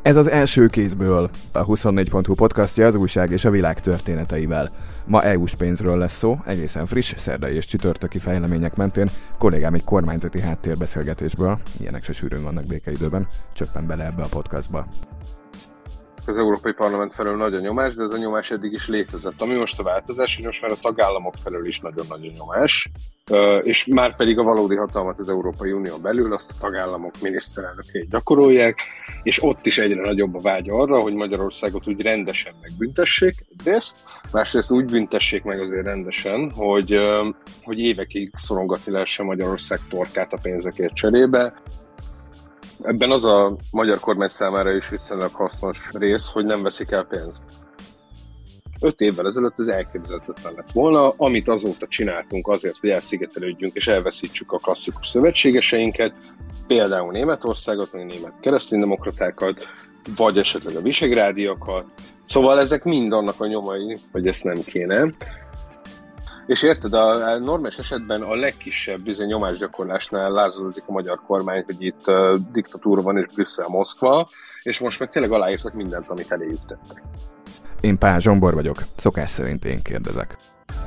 Ez az első kézből a 24.hu podcastja az újság és a világ történeteivel. Ma EU-s pénzről lesz szó, egészen friss, szerdai és csütörtöki fejlemények mentén. Kollégám egy kormányzati háttérbeszélgetésből, ilyenek se sűrűn vannak békeidőben, csöppen bele ebbe a podcastba. Az Európai Parlament felől nagy a nyomás, de ez a nyomás eddig is létezett. Ami most a változás, hogy most már a tagállamok felől is nagyon nagy a nyomás, és már pedig a valódi hatalmat az Európai Unión belül azt a tagállamok miniszterelnökei gyakorolják, és ott is egyre nagyobb a vágy arra, hogy Magyarországot úgy rendesen megbüntessék, egyrészt, másrészt úgy büntessék meg azért rendesen, hogy évekig szorongatni lehessen Magyarország torkát a pénzekért cserébe. Ebben az a magyar kormány számára is viszonylag hasznos rész, hogy nem veszik el pénzt. 5 évvel ezelőtt ez elképzelhetetlen lett volna, amit azóta csináltunk azért, hogy elszigetelődjünk és elveszítsük a klasszikus szövetségeseinket, például Németországot, meg német kereszténydemokratákat, vagy esetleg a visegrádiakat. Szóval ezek mind annak a nyomai, hogy ezt nem kéne. És érted, a normális esetben a legkisebb nyomásgyakorlásnál lázadozik a magyar kormány, hogy itt diktatúra van és Brüsszel, Moszkva, és most meg tényleg aláírtak mindent, amit eléjük tettek. Én Pál Zsombor vagyok, szokás szerint én kérdezek.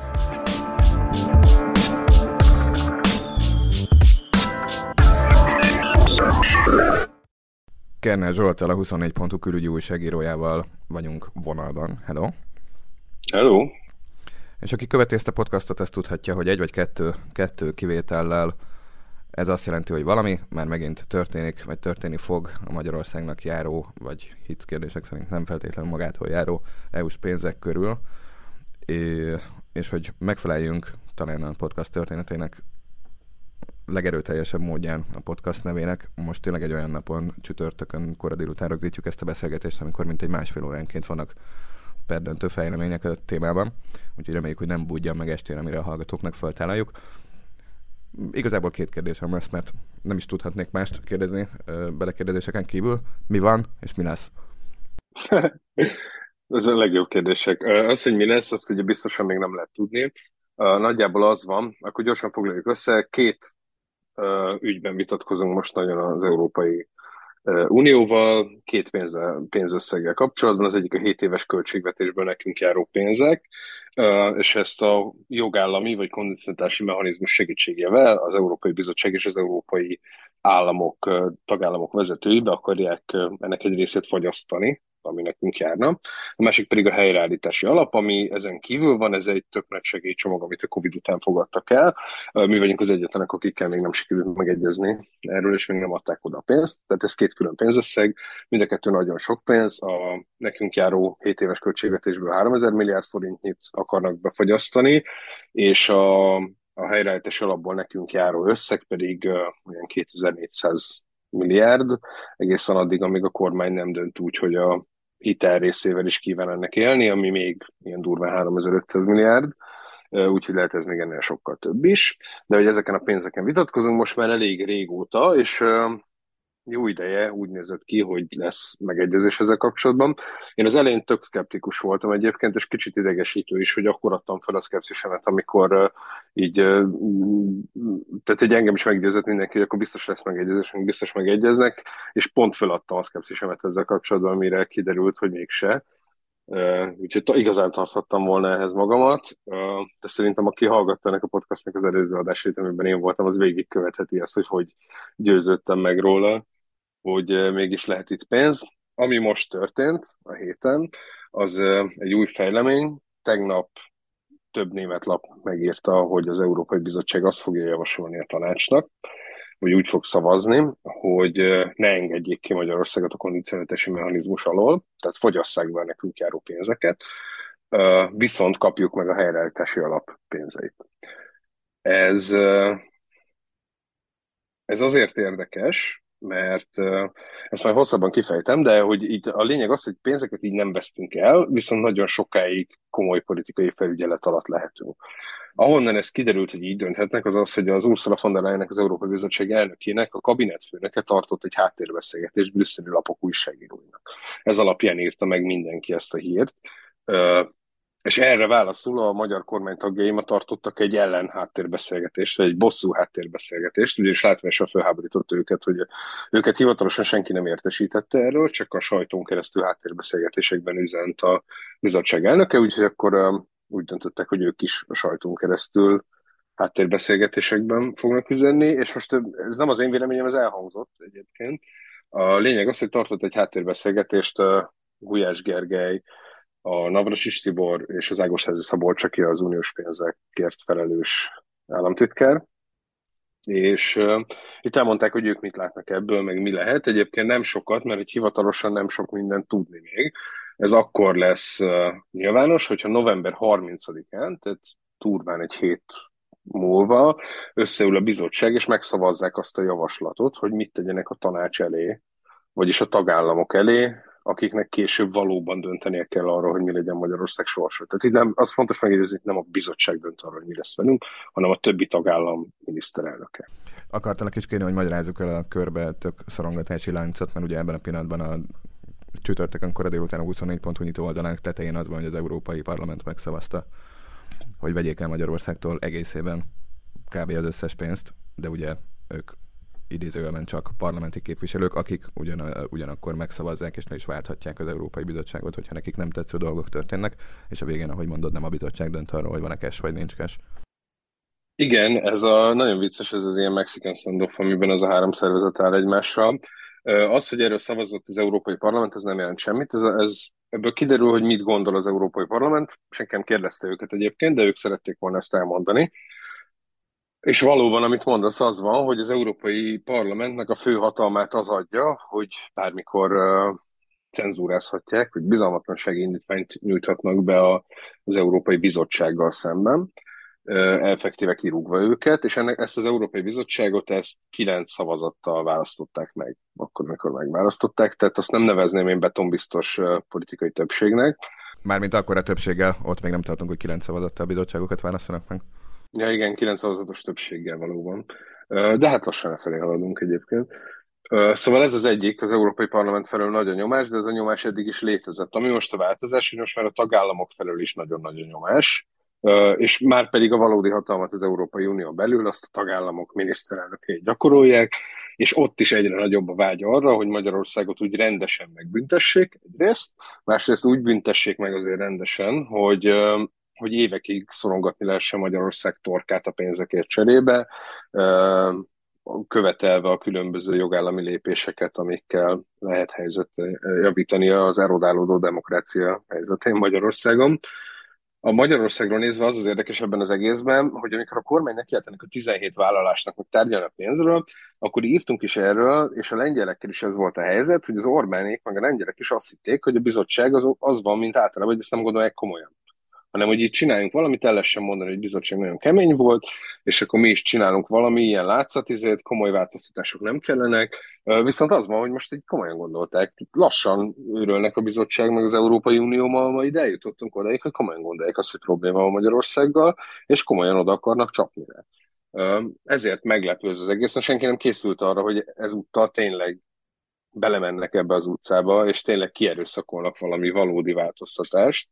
Kerner Zsolttal, a 24.hu külügyi újságírójával vagyunk vonalban. Hello! Hello! És aki követi ezt a podcastot, azt tudhatja, hogy egy vagy kettő kivétellel ez azt jelenti, hogy valami már megint történik, vagy történni fog a Magyarországnak járó, vagy hitkérdések szerint nem feltétlenül magától járó EU-s pénzek körül, és hogy megfeleljünk talán a podcast történetének legerőteljesebb módján a podcast nevének. Most tényleg egy olyan napon, csütörtökön kora délután rögzítjük ezt a beszélgetést, amikor mintegy másfél óránként vannak perdöntő fejlemények a témában, úgyhogy reméljük, hogy nem bújjan meg estére, amire a hallgatóknak feltaláljuk. Igazából 2 kérdésem lesz, mert nem is tudhatnék mást kérdezni belekérdezéseken kívül. Mi van, és mi lesz? Ez a legjobb kérdések. Az, hogy mi lesz, azt ugye biztosan még nem lehet tudni. Nagyjából az van, akkor gyorsan foglaljuk össze. 2 ügyben vitatkozunk most nagyon az Európai Unióval, 2 pénzösszeggel kapcsolatban. Az egyik a 7 éves költségvetésből nekünk járó pénzek, és ezt a jogállami vagy kondicionalitási mechanizmus segítségével az Európai Bizottság és az európai tagállamok vezetői be akarják ennek egy részét fagyasztani, ami nekünk járna. A másik pedig a helyreállítási alap, ami ezen kívül van, ez egy tök nagy segélycsomag, amit a Covid után fogadtak el. Mi vagyunk az egyetlenek, akikkel még nem sikerült megegyezni erről, és még nem adták oda a pénzt. Tehát ez 2 külön pénzösszeg, mind a 2 nagyon sok pénz. A nekünk járó 7 éves költségvetésből 3000 milliárd forintnyit akarnak befagyasztani, és a helyreállítási alapból nekünk járó összeg pedig olyan 2400 milliárd, egészen addig, amíg a kormány nem dönt úgy, hogy a hitel részével is kíván ennek élni, ami még ilyen durván 3500 milliárd, úgyhogy lehet ez még ennél sokkal több is. De hogy ezeken a pénzeken vitatkozunk most már elég régóta, és jó ideje úgy nézett ki, hogy lesz megegyezés ezzel kapcsolatban. Én az elején tök szkeptikus voltam egyébként, és kicsit idegesítő is, hogy akkor adtam fel a szkepszisemet, amikor így, tehát hogy engem is meggyőzött mindenki, hogy akkor biztos lesz megegyezés, még biztos megegyeznek, és pont feladtam a szkepszisemet ezzel kapcsolatban, amire kiderült, hogy mégse. Úgyhogy igazán tarthattam volna ehhez magamat, de szerintem aki hallgatta ennek a podcastnak az előző adásait, amiben én voltam, az végigkövetheti ezt, hogy győződtem meg róla, hogy mégis lehet itt pénz. Ami most történt a héten, az egy új fejlemény. Tegnap több német lap megírta, hogy az Európai Bizottság azt fogja javasolni a tanácsnak, hogy úgy fog szavazni, hogy ne engedjék ki Magyarországot a kondicionalitási mechanizmus alól, tehát fogyasszák be nekünk járó pénzeket, viszont kapjuk meg a helyreállítási alap pénzeit. Ez azért érdekes, mert ezt már hosszabban kifejtem, de hogy így a lényeg az, hogy pénzeket így nem vesztünk el, viszont nagyon sokáig komoly politikai felügyelet alatt lehetünk. Ahonnan ez kiderült, hogy így dönthetnek, az az, hogy az Ursula von der Leyennek, az Európai Bizottság elnökének a kabinetfőnöke tartott egy háttérbeszélgetést brüsszeli lapok újságíróinak. Ez alapján írta meg mindenki ezt a hírt. És erre válaszul a magyar kormány tagjai ma tartottak egy ellen háttérbeszélgetést, vagy egy bosszú háttérbeszélgetést, ugyanis látványosan felháborította őket, hogy őket hivatalosan senki nem értesítette erről, csak a sajtón keresztül háttérbeszélgetésekben üzent a bizottság elnöke, úgyhogy akkor úgy döntöttek, hogy ők is a sajtón keresztül háttérbeszélgetésekben fognak üzenni, és most ez nem az én véleményem, ez elhangzott egyébként. A lényeg az, hogy tartott egy háttérbeszélgetést Gulyás Gergely, a Navracsics Tibor és az Ágosházi Szabolcs, aki az uniós pénzekért felelős államtitkár, és itt elmondták, hogy ők mit látnak ebből, meg mi lehet. Egyébként nem sokat, mert itt hivatalosan nem sok mindent tudni még. Ez akkor lesz nyilvános, hogyha november 30-án, tehát durván egy hét múlva összeül a bizottság, és megszavazzák azt a javaslatot, hogy mit tegyenek a tanács elé, vagyis a tagállamok elé, akiknek később valóban döntenie kell arról, hogy mi legyen Magyarország sorsa. Tehát itt nem, az fontos megjegyezni, hogy nem a bizottság dönt arról, hogy mi lesz velünk, hanem a többi tagállam miniszterelnöke. Akartalak is kérni, hogy magyarázzuk el a körbe tök szorongatási láncot, mert ugye ebben a pillanatban a csütörtökön kora délután a 24.hu nyitó oldalának tetején az van, hogy az Európai Parlament megszavazta, hogy vegyék el Magyarországtól egészében kb. Az összes pénzt, de ugye ők idézőjelben csak parlamenti képviselők, akik ugyanakkor megszavazzák és ne is válthatják az Európai Bizottságot, hogyha nekik nem tetsző dolgok történnek, és a végén, ahogy mondod, nem a bizottság dönt arról, hogy van-e cash vagy nincs cash. Igen, nagyon vicces ez az ilyen Mexican standoff, amiben az a három szervezet áll egymással. Az, hogy erről szavazott az Európai Parlament, ez nem jelent semmit. Ebből kiderül, hogy mit gondol az Európai Parlament. Senki nem kérdezte őket egyébként, de ők szerették volna ezt elmondani. És valóban, amit mondasz, az van, hogy az Európai Parlamentnek a fő hatalmát az adja, hogy bármikor cenzúrázhatják, hogy bizalmatlansági indítványt nyújthatnak be az Európai Bizottsággal szemben, effektíve kirúgva őket, és ezt az Európai Bizottságot 9 szavazattal választották meg, akkor, amikor megválasztották, tehát azt nem nevezném én betonbiztos politikai többségnek. Mármint akkora többséggel, ott még nem tartunk, hogy 9 szavazattal bizottságokat választanak meg. Ja, igen, 9 szavazatos többséggel valóban. De hát lassan lefelé haladunk egyébként. Szóval ez az egyik, az Európai Parlament felől nagy a nyomás, de ez a nyomás eddig is létezett. Ami most a változás, hogy most már a tagállamok felől is nagyon nagy a nyomás, és már pedig a valódi hatalmat az Európai Unió belül azt a tagállamok miniszterelnökei gyakorolják, és ott is egyre nagyobb a vágy arra, hogy Magyarországot úgy rendesen megbüntessék egyrészt, másrészt úgy büntessék meg azért rendesen, hogy évekig szorongatni lehessen Magyarország torkát a pénzekért cserébe, követelve a különböző jogállami lépéseket, amikkel lehet javítani az erodálódó demokrácia helyzetén Magyarországon. A Magyarországról nézve az érdekes ebben az egészben, hogy amikor a kormány nekiállt ennek a 17 vállalásnak, hogy tárgyalnak pénzről, akkor írtunk is erről, és a lengyelekkel is ez volt a helyzet, hogy az Orbánék, meg a lengyelek is azt hitték, hogy a bizottság az van, mint általában, hogy ezt nem gondolják komolyan, hanem hogy itt csináljunk valamit, el lehessen mondani, hogy a bizottság nagyon kemény volt, és akkor mi is csinálunk valami ilyen látszatizét, komoly változtatások nem kellenek, viszont az van, hogy most így komolyan gondolták, lassan őrölnek a bizottság, meg az Európai Unió, ma ide eljutottunk odaig, hogy komolyan gondolják azt, hogy probléma van Magyarországgal, és komolyan oda akarnak csapni rá. Ezért meglepő ez az egész, mert senki nem készült arra, hogy ezúttal tényleg belemennek ebbe az utcába, és tényleg kierőszakolnak valami valódi változtatást.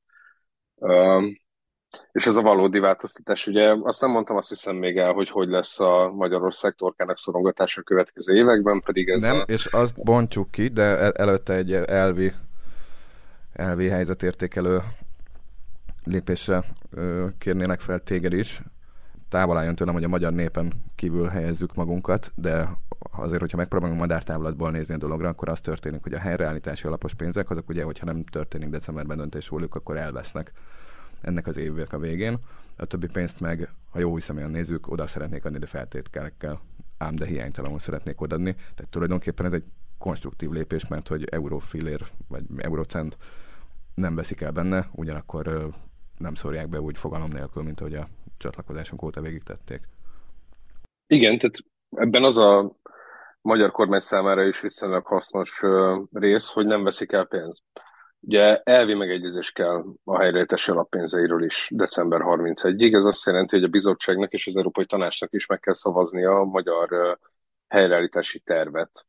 És ez a valódi változtatás, ugye azt nem mondtam, azt hiszem még el, hogy lesz a Magyarország torkának szorongatása a következő években, pedig ez nem, és azt bontsuk ki, de előtte egy elvi helyzetértékelő lépésre kérnélek fel téged is. Távol álljon tőlem, hogy a magyar népen kívül helyezzük magunkat, de azért, hogyha megpróbálunk madártávlatból nézni a dologra, akkor az történik, hogy a helyreállítási alapos pénzek, azok ugye, hogyha nem történik decemberben döntés róluk, akkor elvesznek ennek az évnek a végén. A többi pénzt meg, ha jó hiszeműen nézzük, oda szeretnék adni, de feltételekkel, ám de hiánytalanul szeretnék odaadni. Tehát tulajdonképpen ez egy konstruktív lépés, mert hogy eurofillér vagy eurocent nem veszik el benne, ugyanakkor nem szórják be úgy fogalom nélkül, mint ahogy a csatlakozásunk óta végig tették. Igen, tehát ebben az a magyar kormány számára is viszonylag hasznos rész, hogy nem veszik el pénzt. Ugye elvi megegyezés kell a helyreállítási alappénzeiről is december 31-ig. Ez azt jelenti, hogy a bizottságnak és az Európai Tanácsnak is meg kell szavazni a magyar helyreállítási tervet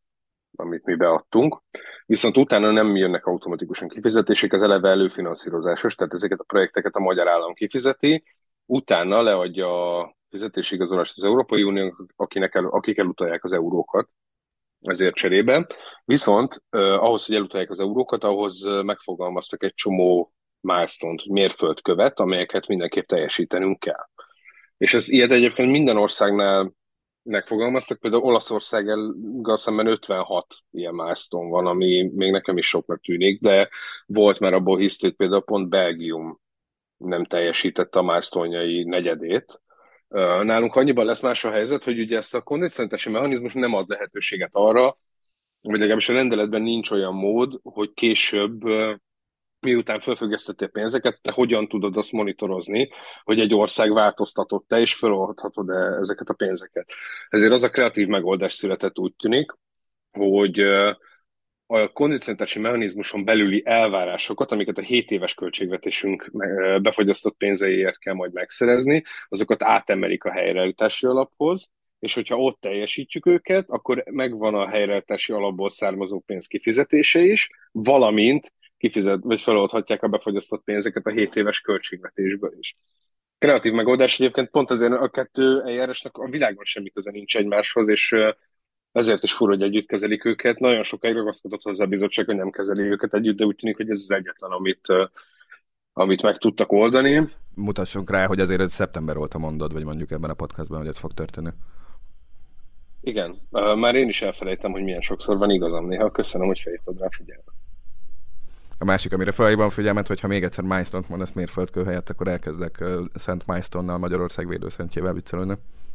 amit mi beadtunk, viszont utána nem jönnek automatikusan kifizetések, ez eleve előfinanszírozásos, tehát ezeket a projekteket a magyar állam kifizeti, utána leadja a fizetési igazolást az Európai Unió, akik elutalják az eurókat ezért cserébe. Viszont ahhoz, hogy elutalják az eurókat, ahhoz megfogalmaztak egy csomó milestone-t, mérföldkövet, amelyeket mindenképp teljesítenünk kell. És ez ilyet egyébként minden országnál megfogalmaztak, például Olaszországgal szemben 56 ilyen milestone van, ami még nekem is soknak tűnik, de volt már abból hiszti, hogy például pont Belgium nem teljesítette a milestone-jai negyedét. Nálunk annyiban lesz más a helyzet, hogy ugye ezt a kondicionalitási mechanizmus nem ad lehetőséget arra, vagy legalábbis a rendeletben nincs olyan mód, hogy később miután felfüggesztettél pénzeket, te hogyan tudod azt monitorozni, hogy egy ország változtatott-e, és feloldhatod-e ezeket a pénzeket. Ezért az a kreatív megoldás született, úgy tűnik, hogy a kondicionalitási mechanizmuson belüli elvárásokat, amiket a 7 éves költségvetésünk befagyasztott pénzeiért kell majd megszerezni, azokat átemelik a helyreállítási alaphoz, és hogyha ott teljesítjük őket, akkor megvan a helyreállítási alapból származó pénz kifizetése is, valamint vagy feloldhatják a befagyasztott pénzeket a 7 éves költségvetésből is. Kreatív megoldás egyébként pont azért a kettő eljárásnak a világon semmi köze nincs egymáshoz, és ezért is fura, hogy együtt kezelik őket. Nagyon sokáig ragaszkodott hozzá a bizottság, hogy nem kezeli őket együtt, de úgy tűnik, hogy ez az egyetlen, amit meg tudtak oldani. Mutassunk rá, hogy azért szeptember óta mondod, vagy mondjuk ebben a podcastban, hogy ez fog történni. Igen, már én is elfelejtem, hogy milyen sokszor van igazam néha. Köszönöm, hogy felhívtad rá figyelmet. A másik, amire felhívom figyelmet, hogyha még egyszer milestone-t mondasz mérföldkő helyett, akkor elkezdek Szent Milestone-nal, Magyarország védőszentjével viccelődni.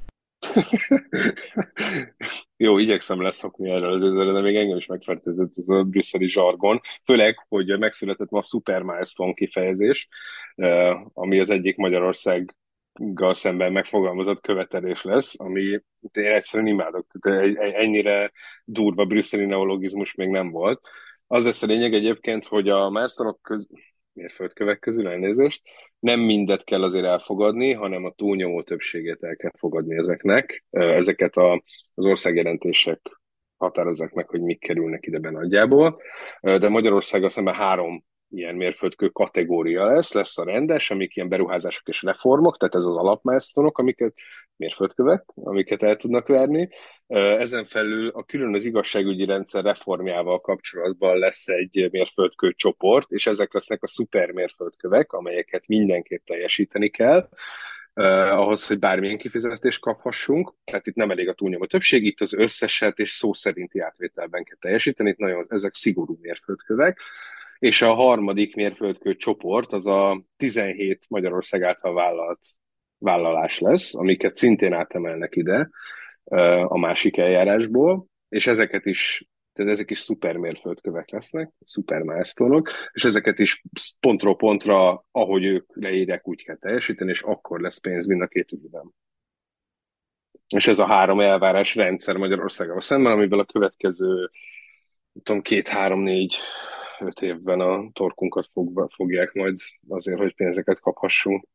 Jó, igyekszem leszokni erről az ezzel, de még engem is megfertőzött ez a brüsszeli zsargon. Főleg, hogy megszületett ma a Super Milestone kifejezés, ami az egyik Magyarországgal szemben megfogalmazott követelés lesz, ami én egyszerűen imádok. Tehát ennyire durva brüsszeli neologizmus még nem volt. Az lesz a lényeg egyébként, hogy a milestone-ok mérföldkövek közül, elnézést, nem mindet kell azért elfogadni, hanem a túlnyomó többségét el kell fogadni ezeknek. Ezeket az országjelentések határozzák meg, hogy mik kerülnek ide be nagyjából. De Magyarországgal szemben 3 ilyen mérföldkő kategória lesz a rendes, amik ilyen beruházások és reformok, tehát ez az alapmásztonok, mérföldkövek, amiket el tudnak verni. Ezen felül a külön az igazságügyi rendszer reformjával kapcsolatban lesz egy mérföldkő csoport, és ezek lesznek a szuper mérföldkövek, amelyeket mindenképp teljesíteni kell, ahhoz, hogy bármilyen kifizetést kaphassunk. Tehát itt nem elég a túlnyomó többség, itt az összeset és szó szerinti átvételben kell teljesíteni, itt nagyon ezek szigorú mérföldkövek. És a harmadik mérföldkő csoport az a 17 Magyarország által vállalás lesz, amiket szintén átemelnek ide a másik eljárásból, és tehát ezek is szuper mérföldkövek lesznek, szuper milestone-ok, és ezeket is pontról pontra, ahogy ők leírják, úgy kell teljesíteni, és akkor lesz pénz mind a két ügyben. És ez a 3 elvárás rendszer Magyarországgal szemben, amiből a következő, tudom, 2, 3, 4, 5 évben a torkunkat fogják majd azért, hogy pénzeket kaphassunk.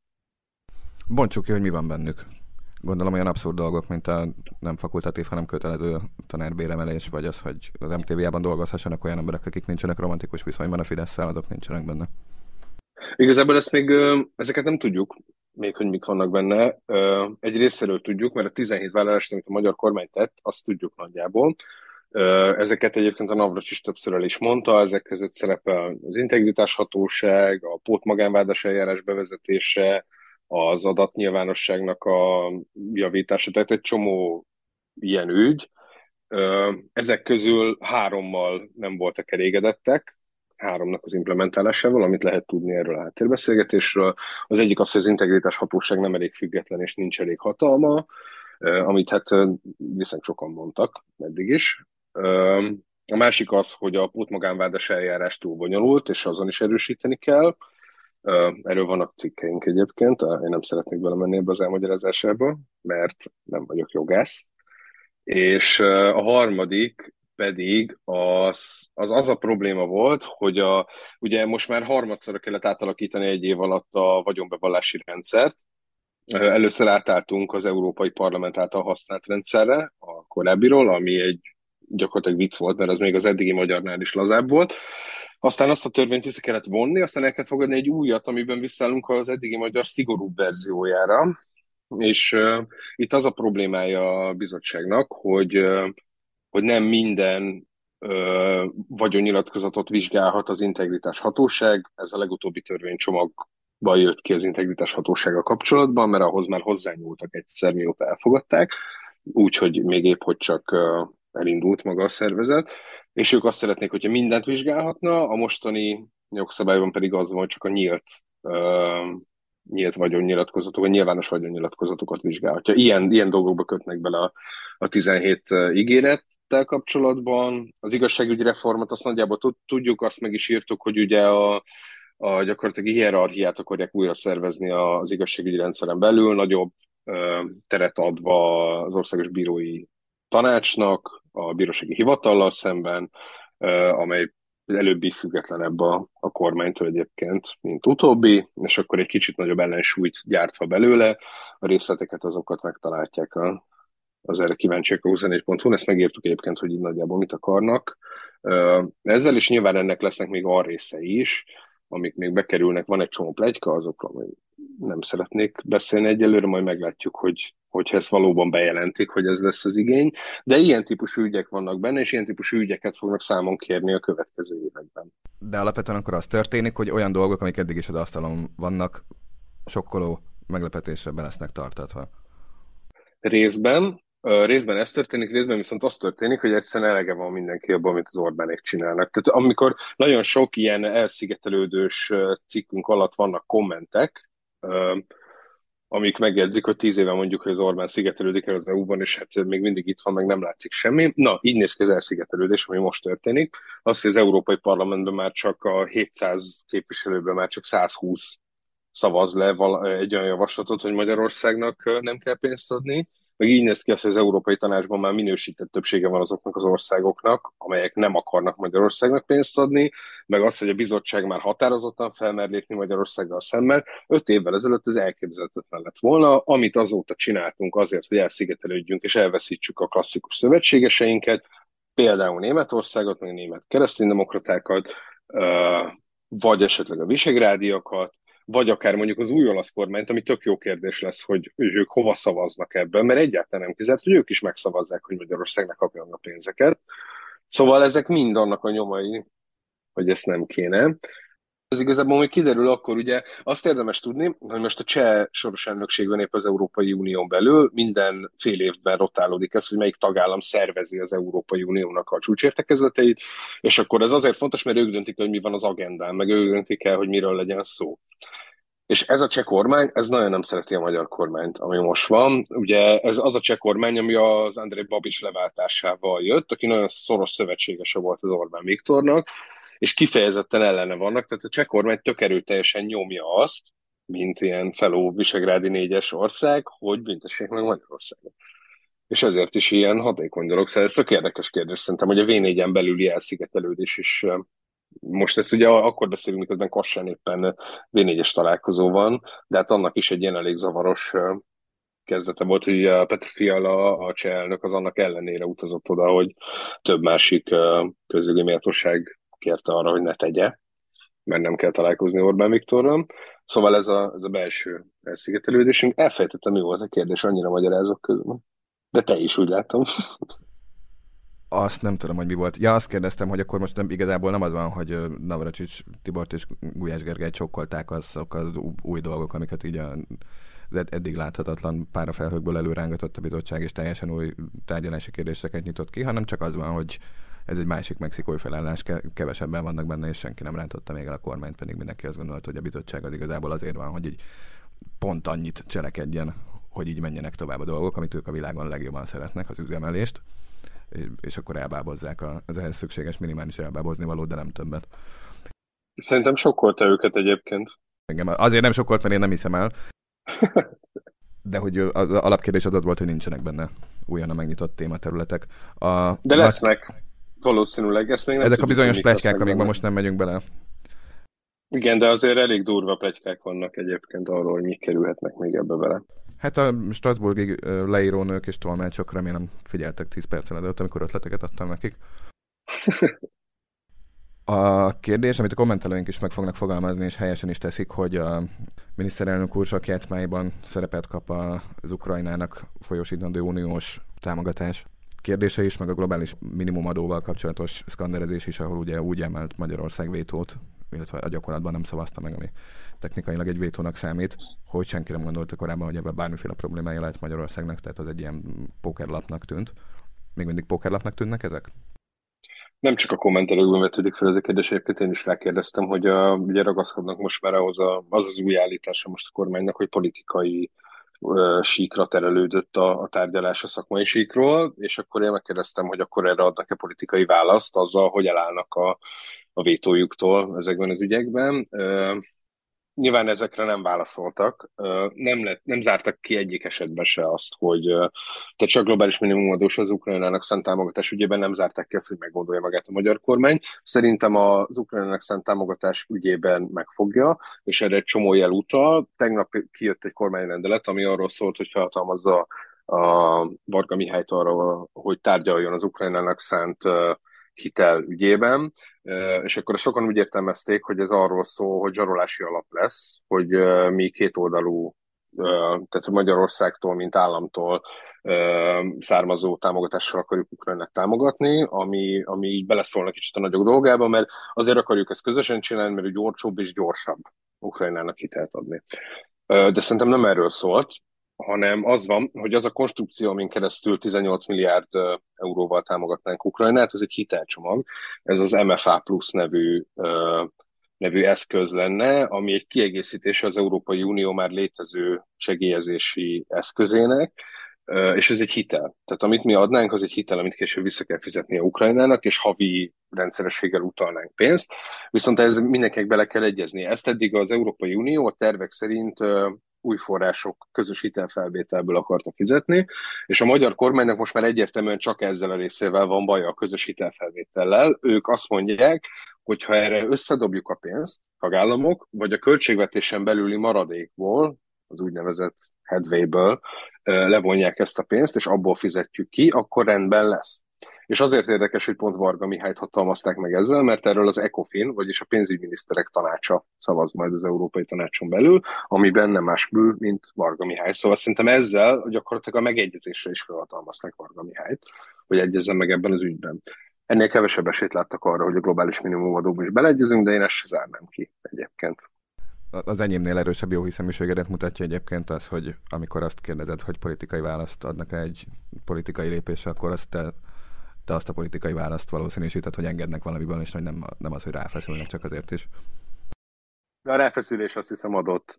Bontsuk ki, hogy mi van bennük. Gondolom olyan abszurd dolgok, mint a nem fakultatív, hanem kötelező tanárbéremelés, vagy az, hogy az MTV-ában dolgozhassanak olyan emberek, akik nincsenek romantikus viszonyban a Fidesz-szel, azok nincsenek benne. Igazából ezeket nem tudjuk, még hogy mik vannak benne. Egy részéről tudjuk, mert a 17 vállalást, amit a magyar kormány tett, azt tudjuk nagyjából. Ezeket egyébként a Navracsics többször el is mondta, ezek között szerepel az integritáshatóság, a pótmagánvádas eljárás bevezetése, az adatnyilvánosságnak a javítása, tehát egy csomó ilyen ügy. Ezek közül 3-mal nem voltak elégedettek, 3-nak az implementálásával, amit lehet tudni erről a háttérbeszélgetésről. Az egyik az, hogy az integritáshatóság nem elég független és nincs elég hatalma, amit hát viszonylag sokan mondtak eddig is. A másik az, hogy a pótmagánvádas eljárás túl bonyolult, és azon is erősíteni kell. Erről vannak cikkeink egyébként, én nem szeretnék belemenni ebbe az elmagyarázásába, mert nem vagyok jogász. És a harmadik pedig az a probléma volt, hogy ugye most már harmadszorra kellett átalakítani egy év alatt a vagyonbevallási rendszert. Először átálltunk az Európai Parlament által használt rendszerre, a korábbiról, ami egy gyakorlatilag vicc volt, mert az még az eddigi magyarnál is lazább volt. Aztán azt a törvényt vissza kellett vonni, aztán el kellett fogadni egy újat, amiben visszaállunk az eddigi magyar szigorúbb verziójára. És itt az a problémája a bizottságnak, hogy nem minden vagyonnyilatkozatot vizsgálhat az integritás hatóság. Ez a legutóbbi törvénycsomagban jött ki az integritás hatósága kapcsolatban, mert ahhoz már hozzányúltak egyszer, mióta elfogadták, úgyhogy még épp hogy csak elindult maga a szervezet, és ők azt szeretnék, hogyha mindent vizsgálhatna, a mostani jogszabályban pedig az van, hogy csak a nyílt vagyonnyilatkozatok, vagy nyilvános vagyonnyilatkozatokat vizsgálhatja. Ilyen dolgokba kötnek bele a 17 ígérettel kapcsolatban. Az igazságügyi reformot azt nagyjából tudjuk, azt meg is írtuk, hogy ugye a gyakorlatilag hierarchiát akarják újra szervezni az igazságügyi rendszeren belül, nagyobb teret adva az Országos Bírói Tanácsnak, a bírósági hivatallal szemben, amely előbbi függetlenebb a kormánytól egyébként, mint utóbbi, és akkor egy kicsit nagyobb ellensúlyt gyártva belőle. A részleteket azokat megtalálják az erre kíváncsiak a 24.hu-n, ezt megírtuk egyébként, hogy így nagyjából mit akarnak. Ezzel is nyilván ennek lesznek még részei is, amik még bekerülnek, van egy csomó pletyka, azokról még nem szeretnék beszélni egyelőre, majd meglátjuk, hogy ezt valóban bejelentik, hogy ez lesz az igény, de ilyen típusú ügyek vannak benne, és ilyen típusú ügyeket fognak számon kérni a következő években. De alapvetően akkor az történik, hogy olyan dolgok, amik eddig is az asztalon vannak, sokkoló meglepetésre be lesznek tartatva. Részben ez történik, részben viszont az történik, hogy egyszerűen elege van mindenki abban, amit az Orbánék csinálnak. Tehát amikor nagyon sok ilyen elszigetelődős cikkünk alatt vannak kommentek, amik megjegyzik, hogy 10 éve mondjuk, hogy az Orbán szigetelődik el az EU-ban, és hát még mindig itt van, meg nem látszik semmi. Na, így néz ki az elszigetelődés, ami most történik. Az, hogy az Európai Parlamentben már csak a 700 képviselőben már csak 120 szavaz le egy olyan javaslatot, hogy Magyarországnak nem kell pénzt adni, meg így néz ki az, hogy az Európai Tanácsban már minősített többsége van azoknak az országoknak, amelyek nem akarnak Magyarországnak pénzt adni, meg az, hogy a bizottság már határozottan felmer lépni Magyarországgal szemben. 5 évvel ezelőtt ez elképzelhetetlen lett volna, amit azóta csináltunk azért, hogy elszigetelődjünk és elveszítsük a klasszikus szövetségeseinket, például Németországot, meg német kereszténydemokratákat, vagy esetleg a visegrádiakat, vagy akár mondjuk az új olasz kormányt, ami tök jó kérdés lesz, hogy ők hova szavaznak ebben, mert egyáltalán nem kizárt, hogy ők is megszavazzák, hogy Magyarországnak kapjon a pénzeket. Szóval ezek mind annak a nyomai, hogy ezt nem kéne. Ez igazából még kiderül akkor, ugye azt érdemes tudni, hogy most a cseh soros elnökségben épp az Európai Unión belül minden fél évben rotálódik ez, hogy melyik tagállam szervezi az Európai Uniónak a csúcsértekezleteit, és akkor ez azért fontos, mert ők döntik, hogy mi van az agendán, meg ők döntik el, hogy miről legyen szó. És ez a cseh kormány, ez nagyon nem szereti a magyar kormányt, ami most van. Ugye ez az a cseh kormány, ami az Andrej Babiš leváltásával jött, aki nagyon szoros szövetségese volt az Orbán Viktornak, és kifejezetten ellene vannak, tehát a cseh kormány tök erőteljesen nyomja azt, mint ilyen feló visegrádi 4-es ország, hogy büntessék meg Magyarországot. És ezért is ilyen hatékony dolog. Szóval ez tök érdekes kérdés. Szerintem, hogy a V4-en belüli elszigetelődés is. Most ezt ugye akkor beszélünk, miközben Kassán éppen V4-es találkozó van, de hát annak is egy ilyen elég zavaros kezdete volt, hogy a Petr Fiala, a cseh elnök, az annak ellenére utazott oda, hogy több másik közjogi méltóság kérte arra, hogy ne tegye, mert nem kell találkozni Orbán Viktorral. Szóval ez a belső elszigetelődésünk. Elfejtettem, mi volt a kérdés, annyira magyarázok közben. De te is úgy látom. Azt nem tudom, hogy mi volt. Ja, azt kérdeztem, hogy akkor most igazából nem az van, hogy Navracsics Tibort és Gulyás Gergelyt csokkolták azok az új dolgok, amiket így az eddig láthatatlan párafelhőkből előrángatott a bizottság, és teljesen új tárgyalási kérdéseket nyitott ki, hanem csak az van, hogy ez egy másik mexikói felállás, kevesebben vannak benne, és senki nem rántotta még el a kormányt, pedig mindenki azt gondolta, hogy a bizottság az igazából azért van, hogy így pont annyit cselekedjen, hogy így menjenek tovább a dolgok, amit ők a világon legjobban szeretnek, az üzemelést, és akkor elbábozzák az ehhez szükséges minimális elbábozni valót, de nem többet. Szerintem sokkolta őket egyébként. Engem azért nem sokkolt, mert én nem hiszem el. De hogy az alapkérdés az volt, hogy nincsenek benne újonnan megnyitott tématerületek. De lesznek. Valószínűleg ezt még nem ezek tudjuk, a bizonyos pletykák, amikben most nem megyünk bele. Igen, de azért elég durva pletykák vannak egyébként arról, hogy mik kerülhetnek még ebbe bele. Hát a Strasbourgi leírónők és tolmácsok remélem figyeltek 10 perccel előtt, amikor ötleteket adtam nekik. A kérdés, amit a kommentelőink is meg fognak fogalmazni, és helyesen is teszik, hogy a miniszterelnök úr sok játszmáiban szerepet kap az Ukrajnának folyósítandó uniós támogatás kérdése is, meg a globális minimumadóval kapcsolatos szkanderezés is, ahol ugye úgy emelt Magyarország vétót, illetve a gyakorlatban nem szavazta meg, ami technikailag egy vétónak számít, hogy senki nem gondolta korábban, hogy ebben bármiféle problémája lehet Magyarországnak, tehát az egy ilyen pókerlapnak tűnt. Még mindig pókerlapnak tűnnek ezek? Nem csak a kommentelőkben vetődik fel ez a kérdés, egyébként én is rákérdeztem, hogy ugye ragaszkodnak most már ahhoz az új állítása most a kormánynak, hogy politikai síkra terelődött a tárgyalás a szakmai síkról, és akkor én megkérdeztem, hogy akkor erre adnak-e politikai választ azzal, hogy elállnak a vétójuktól ezekben az ügyekben. Nyilván ezekre nem válaszoltak. Nem zártak ki egyik esetben se azt, hogy tehát csak globális minimumadós az Ukrajnának szánt támogatás ügyében nem zárták ki azt, hogy meggondolja magát a magyar kormány. Szerintem az Ukrajnának szánt támogatás ügyében megfogja, és erre egy csomó jel utal. Tegnap kijött egy kormányrendelet, ami arról szólt, hogy felhatalmazza a Varga Mihályt arra, hogy tárgyaljon az Ukrajnának szánt hitel ügyében, és akkor sokan úgy értelmezték, hogy ez arról szól, hogy zsarolási alap lesz, hogy mi kétoldalú, tehát Magyarországtól, mint államtól származó támogatással akarjuk Ukrajnát támogatni, ami így beleszólnak kicsit a nagyok dolgába, mert azért akarjuk ezt közösen csinálni, mert úgy olcsóbb és gyorsabb Ukrajnának hitelt adni. De szerintem nem erről szólt, hanem az van, hogy az a konstrukció, amin keresztül 18 milliárd euróval támogatnánk Ukrajnát, ez egy hitelcsomag. Ez az MFA Plus nevű eszköz lenne, ami egy kiegészítése az Európai Unió már létező segélyezési eszközének, és ez egy hitel. Tehát amit mi adnánk, az egy hitel, amit később vissza kell fizetni a Ukrajnának, és havi rendszerességgel utalnánk pénzt. Viszont ez mindenkinek bele kell egyezni. Ezt eddig az Európai Unió a tervek szerint új források közös hitelfelvételből akarta fizetni, és a magyar kormánynak most már egyértelműen csak ezzel a részével van baja a közös hitelfelvétellel. Ők azt mondják, hogy ha erre összedobjuk a pénzt, tagállamok, vagy a költségvetésen belüli maradékból, az úgynevezett headwayből levonják ezt a pénzt, és abból fizetjük ki, akkor rendben lesz. És azért érdekes, hogy pont Varga Mihályt hatalmazták meg ezzel, mert erről az ECOFIN, vagyis a pénzügyminiszterek tanácsa szavaz majd az Európai Tanácson belül, amiben nem másból, mint Varga Mihály. Szóval szerintem ezzel gyakorlatilag a megegyezésre is felhatalmazták Varga Mihályt, hogy egyezzen meg ebben az ügyben. Ennél kevesebb esélyt láttak arra, hogy a globális minimumadóban is beleegyezünk, de én ezt se zárnám ki egyébként. Az enyémnél erősebb jóhiszeműségedet mutatja egyébként az, hogy amikor azt kérdezed, hogy politikai választ adnak egy politikai lépésre, akkor azt te azt a politikai választ valószínűsíted, hogy engednek valamiből, és hogy nem az, hogy ráfeszülnek csak azért is. De a ráfeszülés azt hiszem adott.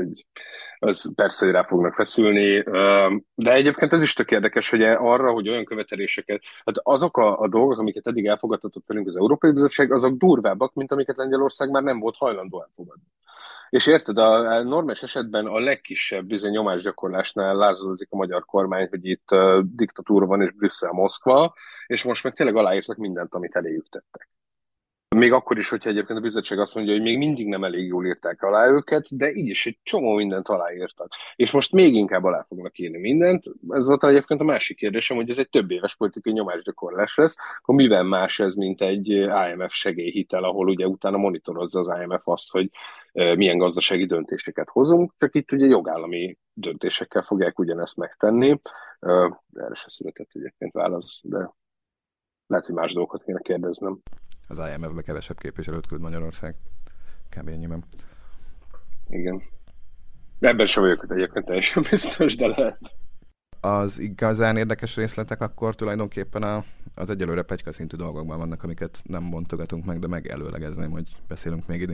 Az persze, hogy rá fognak feszülni. De egyébként ez is tök érdekes, hogy arra, hogy olyan követeléseket, hát azok a dolgok, amiket eddig elfogadtatott velünk az Európai Bizottság, azok durvábbak, mint amiket Lengyelország már nem volt hajlandó elfogadni. És érted, a normális esetben a legkisebb nyomásgyakorlásnál lázadozik a magyar kormány, hogy itt diktatúra van és Brüsszel, Moszkva, és most meg tényleg aláírtak mindent, amit eléjük tettek. Még akkor is, hogyha egyébként a bizottság azt mondja, hogy még mindig nem elég jól írták alá őket, de így is egy csomó mindent aláírtak. És most még inkább alá fognak írni mindent. Ez volt egyébként a másik kérdésem, hogy ez egy több éves politikai nyomásgyakorlás lesz, akkor miben más ez, mint egy IMF segélyhitel, ahol ugye utána monitorozza az IMF azt, hogy milyen gazdasági döntéseket hozunk, csak itt ugye jogállami döntésekkel fogják ugyanezt megtenni. Erre se született egyébként válasz, de lehet, hogy más dolgokat kéne kérdeznem. Az IMF-be kevesebb képviselőt küld Magyarország. Kb. Ennyiben. Igen. Ebben sem vagyok egyébként teljesen biztos, de lehet. Az igazán érdekes részletek akkor tulajdonképpen az egyelőre pletyka szintű dolgokban vannak, amiket nem bontogatunk meg, de megelőlegezném, hogy beszélünk még idén.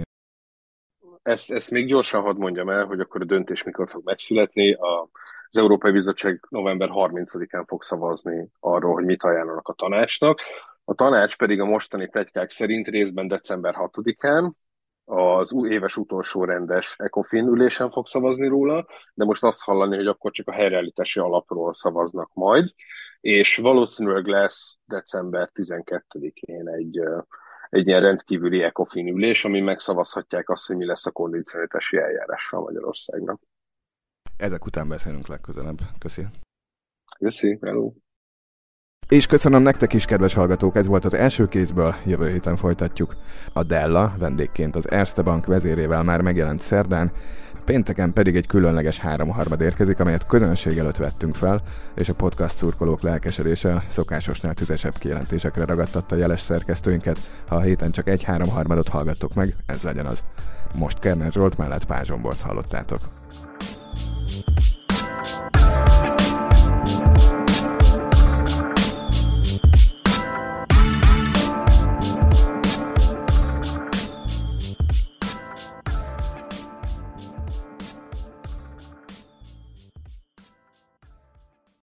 Ezt még gyorsan hadd mondjam el, hogy akkor a döntés mikor fog megszületni. Az Európai Bizottság november 30-án fog szavazni arról, hogy mit ajánlanak a tanácsnak. A tanács pedig a mostani pletykák szerint részben december 6-án az éves utolsó rendes ECOFIN ülésen fog szavazni róla, de most azt hallani, hogy akkor csak a helyreállítási alapról szavaznak majd, és valószínűleg lesz december 12-én egy ilyen rendkívüli ECOFIN ülés, ami megszavazhatják azt, hogy mi lesz a kondicionalitási eljárással Magyarországnak. Ezek után beszélünk legközelebb. Köszi. Köszi, hello. És köszönöm nektek is, kedves hallgatók, ez volt az első kézből, jövő héten folytatjuk. A Della vendégként az Erste Bank vezérével már megjelent szerdán, pénteken pedig egy különleges 3/3 érkezik, amelyet közönség előtt vettünk fel, és a podcast szurkolók lelkesedése szokásosnál tüzesebb kijelentésekre ragadtatta jeles szerkesztőinket. Ha a héten csak egy 3/3 hallgattok meg, ez legyen az. Most Kerner Zsolt mellett Pázson volt hallottátok.